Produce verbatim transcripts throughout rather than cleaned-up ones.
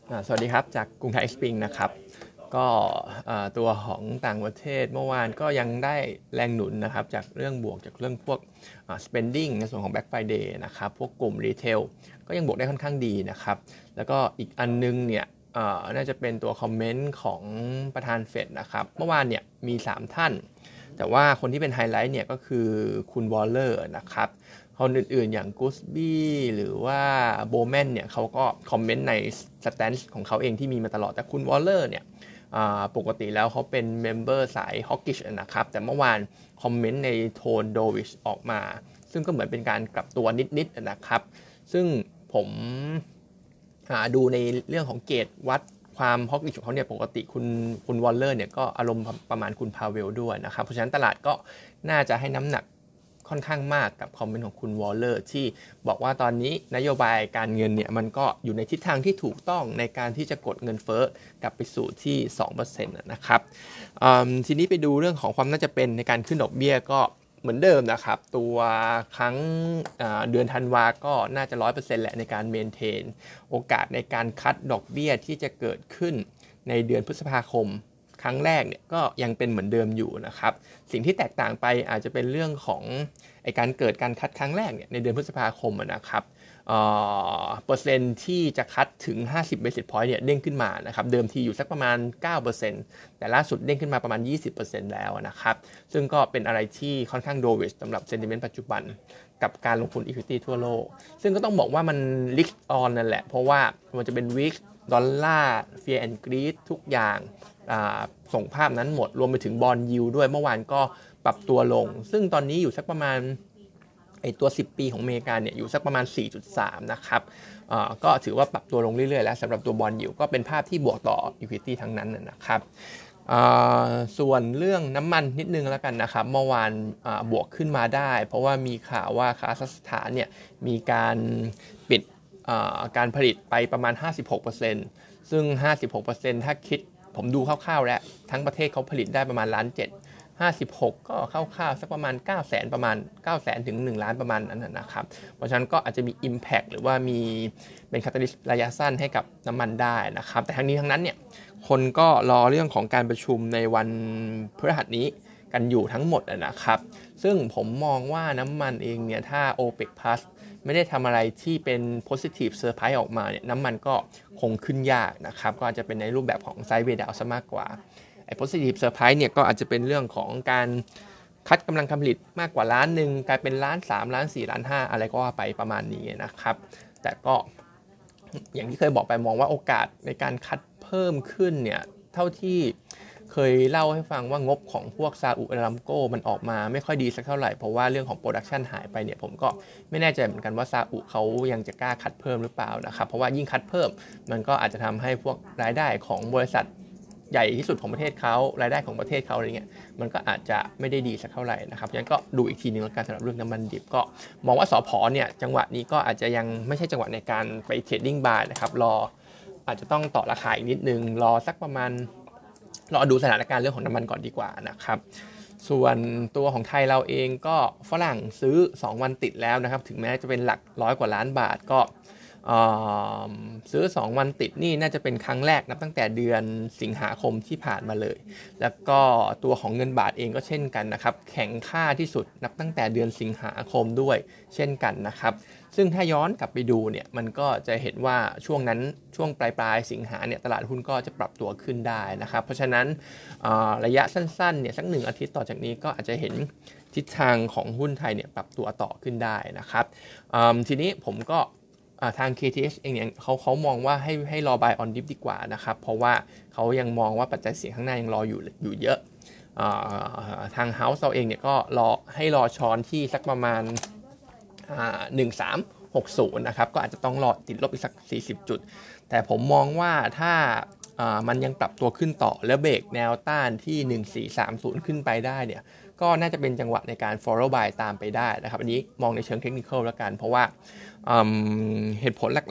อ่าสวัสดีครับจากกรุงไทยเอ็กซ์พิงนะครับก็อ่าตัวของต่างประเทศเมื่อวานก็ยังได้แรงหนุนนะครับจากเรื่องบวกจากเรื่องพวกอ่า spending ในส่วนของ Black Friday นะครับพวกกลุ่ม Retail ก็ยังบวกได้ค่อนข้างดีนะครับแล้วก็อีกอันนึงเนี่ยอ่าน่าจะเป็นตัวคอมเมนต์ของประธานเฟดนะครับเมื่อวานเนี่ยมีสามท่านแต่ว่าคนที่เป็นไฮไลท์เนี่ยก็คือคุณวอลเลอร์นะครับคนอื่นๆอย่างกูสบี้หรือว่าโบแมนเนี่ยเขาก็คอมเมนต์ในสแตนส์ของเขาเองที่มีมาตลอดแต่คุณวอลเลอร์เนี่ยปกติแล้วเขาเป็นเมมเบอร์สายฮอกกิชนะครับแต่เมื่อวานคอมเมนต์ในโทนโดวิชออกมาซึ่งก็เหมือนเป็นการกลับตัวนิดๆนะครับซึ่งผมดูในเรื่องของเกจวัดความฮอกกิชของเขาเนี่ยปกติคุณคุณวอลเลอร์เนี่ยก็อารมณ์ประมาณคุณพาเวลด้วยนะครับเพราะฉะนั้นตลาดก็น่าจะให้น้ำหนักค่อนข้างมากกับคอมเมนต์ของคุณวอลเลอร์ที่บอกว่าตอนนี้นโยบายการเงินเนี่ยมันก็อยู่ในทิศทางที่ถูกต้องในการที่จะกดเงินเฟ้อกลับไปสู่ที่ สองเปอร์เซ็นต์ นะครับทีนี้ไปดูเรื่องของความน่าจะเป็นในการขึ้นดอกเบี้ยก็เหมือนเดิมนะครับตัวครั้งเดือนธันวาก็น่าจะ ร้อยเปอร์เซ็นต์ แหละในการเมนเทนโอกาสในการคัดดอกเบี้ยที่จะเกิดขึ้นในเดือนพฤษภาคมครั้งแรกเนี่ยก็ยังเป็นเหมือนเดิมอยู่นะครับสิ่งที่แตกต่างไปอาจจะเป็นเรื่องของไอการเกิดการคัดครั้งแรกเนี่ยในเดือนพฤษภาคมนะครับเอ่อเปอร์เซ็นต์ที่จะคัดถึงห้าสิบ basis point เนี่ยเด้งขึ้นมานะครับเดิมทีอยู่สักประมาณ เก้าเปอร์เซ็นต์ แต่ล่าสุดเด้งขึ้นมาประมาณ ยี่สิบเปอร์เซ็นต์ แล้วนะครับซึ่งก็เป็นอะไรที่ค่อนข้างโดวิชสำหรับ sentiment ปัจจุบันกับการลงทุน equity ทั่วโลกซึ่งก็ต้องบอกว่ามัน risk on นั่นแหละเพราะว่ามันจะเป็น weak ดอลลาร์ fear and greed ทุกอย่างส่งภาพนั้นหมดรวมไปถึงบอนด์ยิลด์ด้วยเมื่อวานก็ปรับตัวลงซึ่งตอนนี้อยู่สักประมาณไอตัวสิบปีของอเมริกาเนี่ยอยู่สักประมาณ สี่จุดสาม นะครับก็ถือว่าปรับตัวลงเรื่อยๆแล้วสำหรับตัวบอนด์ยิลด์ก็เป็นภาพที่บวกต่อ equity ทั้งนั้นนะครับส่วนเรื่องน้ำมันนิดนึงแล้วกันนะครับเมื่อวานบวกขึ้นมาได้เพราะว่ามีข่าวว่าคาซัคสถานเนี่ยมีการปิดการผลิตไปประมาณ ห้าสิบหกเปอร์เซ็นต์ ซึ่ง ห้าสิบหกเปอร์เซ็นต์ ถ้าคิดผมดูคร่าวๆแล้วทั้งประเทศเขาผลิตได้ประมาณล้านเจ็ดห้าสิบหกก็คร่าวๆสักประมาณ เก้าแสน ประมาณ เก้าแสน ถึง หนึ่ง ล้านประมาณนั้นนะครับเพราะฉะนั้นก็อาจจะมี impact หรือว่ามีเป็น catalyst ระยะสั้นให้กับน้ำมันได้นะครับแต่ทั้งนี้ทั้งนั้นเนี่ยคนก็รอเรื่องของการประชุมในวันพฤหัสนี้กันอยู่ทั้งหมดนะครับซึ่งผมมองว่าน้ำมันเองเนี่ยถ้า OPEC Plus ไม่ได้ทำอะไรที่เป็น positive surprise ออกมาเนี่ยน้ำมันก็คงขึ้นยากนะครับก็อาจจะเป็นในรูปแบบของ sideways down ซะมากกว่าไอ้ positive surprise เนี่ยก็อาจจะเป็นเรื่องของการคัดกำลังการผลิตมากกว่าล้านหนึ่งกลายเป็นล้านสามล้านสี่ล้านห้าอะไรก็ว่าไปประมาณนี้นะครับแต่ก็อย่างที่เคยบอกไปมองว่าโอกาสในการคัดเพิ่มขึ้นเนี่ยเท่าที่เคยเล่าให้ฟังว่างบของพวกซาอุอารัมโกมันออกมาไม่ค่อยดีสักเท่าไหร่เพราะว่าเรื่องของโปรดักชันหายไปเนี่ยผมก็ไม่แน่ใจเหมือนกันว่าซาอุเขายังจะกล้าคัดเพิ่มหรือเปล่านะครับเพราะว่ายิ่งคัดเพิ่มมันก็อาจจะทำให้พวกรายได้ของบริษัทใหญ่ที่สุดของประเทศเขารายได้ของประเทศเขาอะไรเงี้ยมันก็อาจจะไม่ได้ดีสักเท่าไหร่นะครับงั้นก็ดูอีกทีนึงแล้วกันสำหรับเรื่องน้ำมันดิบก็มองว่าสผเนี่ยจังหวะนี้ก็อาจจะยังไม่ใช่จังหวะในการไปเทรดดิ้งบายนะครับรออาจจะต้องต่อราคาอีกนิดนึงรอสักประมาณรอดูสถานการณ์เรื่องของน้ำมันก่อนดีกว่านะครับส่วนตัวของไทยเราเองก็ฝรั่งซื้อสองวันติดแล้วนะครับถึงแม้จะเป็นหลักร้อยกว่าล้านบาทก็ซื้อสองวันติดนี่น่าจะเป็นครั้งแรกนับตั้งแต่เดือนสิงหาคมที่ผ่านมาเลยแล้วก็ตัวของเงินบาทเองก็เช่นกันนะครับแข็งค่าที่สุดนับตั้งแต่เดือนสิงหาคมด้วยเช่นกันนะครับซึ่งถ้าย้อนกลับไปดูเนี่ยมันก็จะเห็นว่าช่วงนั้นช่วงปลายปลายสิงหาเนี่ยตลาดหุ้นก็จะปรับตัวขึ้นได้นะครับเพราะฉะนั้นระยะสั้นๆเนี่ยสักหนึ่งอาทิตย์ต่อจากนี้ก็อาจจะเห็นทิศทางของหุ้นไทยเนี่ยปรับตัวต่อขึ้นได้นะครับทีนี้ผมก็ทาง เค ที เอช เองเนี่ยเขาเขามองว่าให้ให้รอ buy on dip ดีกว่านะครับเพราะว่าเขายังมองว่าปัจจัยเสี่ยงข้างหน้ายังรออยู่อยู่เยอะทาง House เราเองเนี่ยก็รอให้รอช้อนที่สักประมาณหนึ่งพันสามร้อยหกสิบนะครับก็อาจจะต้องรอติดลบอีกสักสี่สิบจุดแต่ผมมองว่าถ้ามันยังปรับตัวขึ้นต่อแล้วเบรกแนวต้านที่หนึ่งพันสี่ร้อยสามสิบขึ้นไปได้เนี่ยก็น่าจะเป็นจังหวะในการ follow buy ตามไปได้นะครับอันนี้มองในเชิงเทคนิคอลแล้วกันเพราะว่าเหตุผลหลักๆ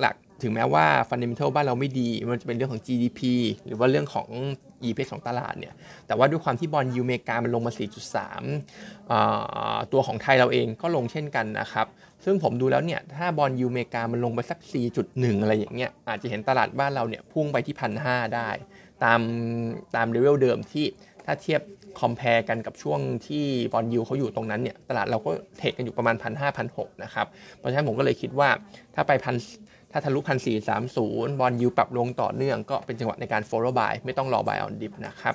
ถึงแม้ว่า fundamental บ้านเราไม่ดีมันจะเป็นเรื่องของ จี ดี พี หรือว่าเรื่องของ อี พี เอส ของตลาดเนี่ยแต่ว่าด้วยความที่บอนด์ยิลด์อเมริกามันลงมา สี่จุดสาม อ่าตัวของไทยเราเองก็ลงเช่นกันนะครับซึ่งผมดูแล้วเนี่ยถ้าบอนด์ยิลด์อเมริกามันลงไปสัก สี่จุดหนึ่ง อะไรอย่างเงี้ยอาจจะเห็นตลาดบ้านเราเนี่ยพุ่งไปที่ หนึ่งพันห้าร้อย ได้ตามตามเลเวลเดิมที่ถ้าเทียบคอมเพลกันกับช่วงที่บอนด์ยิลด์เขาอยู่ตรงนั้นเนี่ยตลาดเราก็เทรดกันอยู่ประมาณ หนึ่งพันห้าร้อย หนึ่งพันหกร้อย นะครับเพราะฉะนั้นผมก็เลยคิดว่าถ้าไปพันถ้าทะลุ หนึ่งพันสี่ร้อยสามสิบ บอนด์ยิลด์ปรับลงต่อเนื่องก็เป็นจังหวะในการ follow buy ไม่ต้องรอ buy on dip นะครับ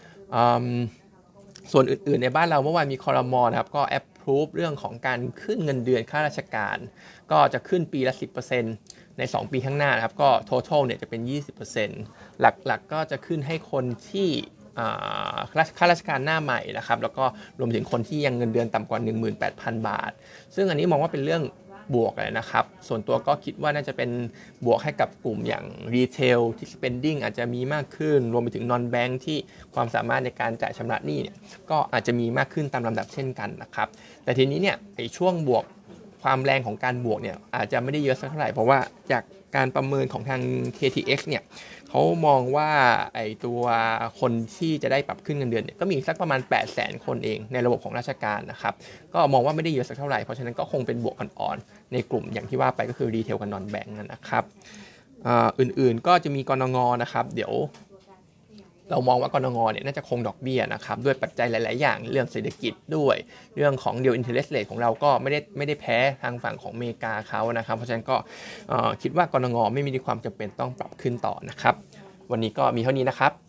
ส่วนอื่นๆในบ้านเราเมื่อวานมีครม.นะครับก็ approve เรื่องของการขึ้นเงินเดือนข้าราชการก็จะขึ้นปีละ สิบเปอร์เซ็นต์ ในสองปีข้างหน้านะครับก็ total เนี่ยจะเป็น ยี่สิบเปอร์เซ็นต์ หลักๆก็จะขึ้นให้คนที่ข้าราชการหน้าใหม่นะครับแล้วก็รวมถึงคนที่ยังเงินเดือนต่ำกว่า หนึ่งหมื่นแปดพัน บาทซึ่งอันนี้มองว่าเป็นเรื่องบวกเลยนะครับส่วนตัวก็คิดว่าน่าจะเป็นบวกให้กับกลุ่มอย่างรีเทลที่ spending อาจจะมีมากขึ้นรวมไปถึง non bank ที่ความสามารถในการจ่ายชำระหนี้เนี่ยก็อาจจะมีมากขึ้นตามลำดับเช่นกันนะครับแต่ทีนี้เนี่ยในช่วงบวกความแรงของการบวกเนี่ยอาจจะไม่ได้เยอะสักเท่าไหร่เพราะว่าจากการประเมินของทาง เค ที เอ็กซ์ เนี่ยเขามองว่าไอ้ตัวคนที่จะได้ปรับขึ้นเงินเดือนเนี่ยก็มีสักประมาณ แปดแสน คนเองในระบบของราชการนะครับก็มองว่าไม่ได้เยอะสักเท่าไหร่เพราะฉะนั้นก็คงเป็นบวกอ่อนๆในกลุ่มอย่างที่ว่าไปก็คือรีเทลกับนอนแบงก์นะครับอ่าอื่นๆก็จะมีกนง.นะครับเดี๋ยวเรามองว่ากนง.เนี่ยน่าจะคงดอกเบี้ยนะครับด้วยปัจจัยหลายๆอย่างเรื่องเศรษฐกิจด้วยเรื่องของ real interest rate ของเราก็ไม่ได้ไม่ได้แพ้ทางฝั่งของอเมริกาเขานะครับเพราะฉะนั้นก็คิดว่ากนง.ไม่มีความจำเป็นต้องปรับขึ้นต่อนะครับวันนี้ก็มีเท่านี้นะครับ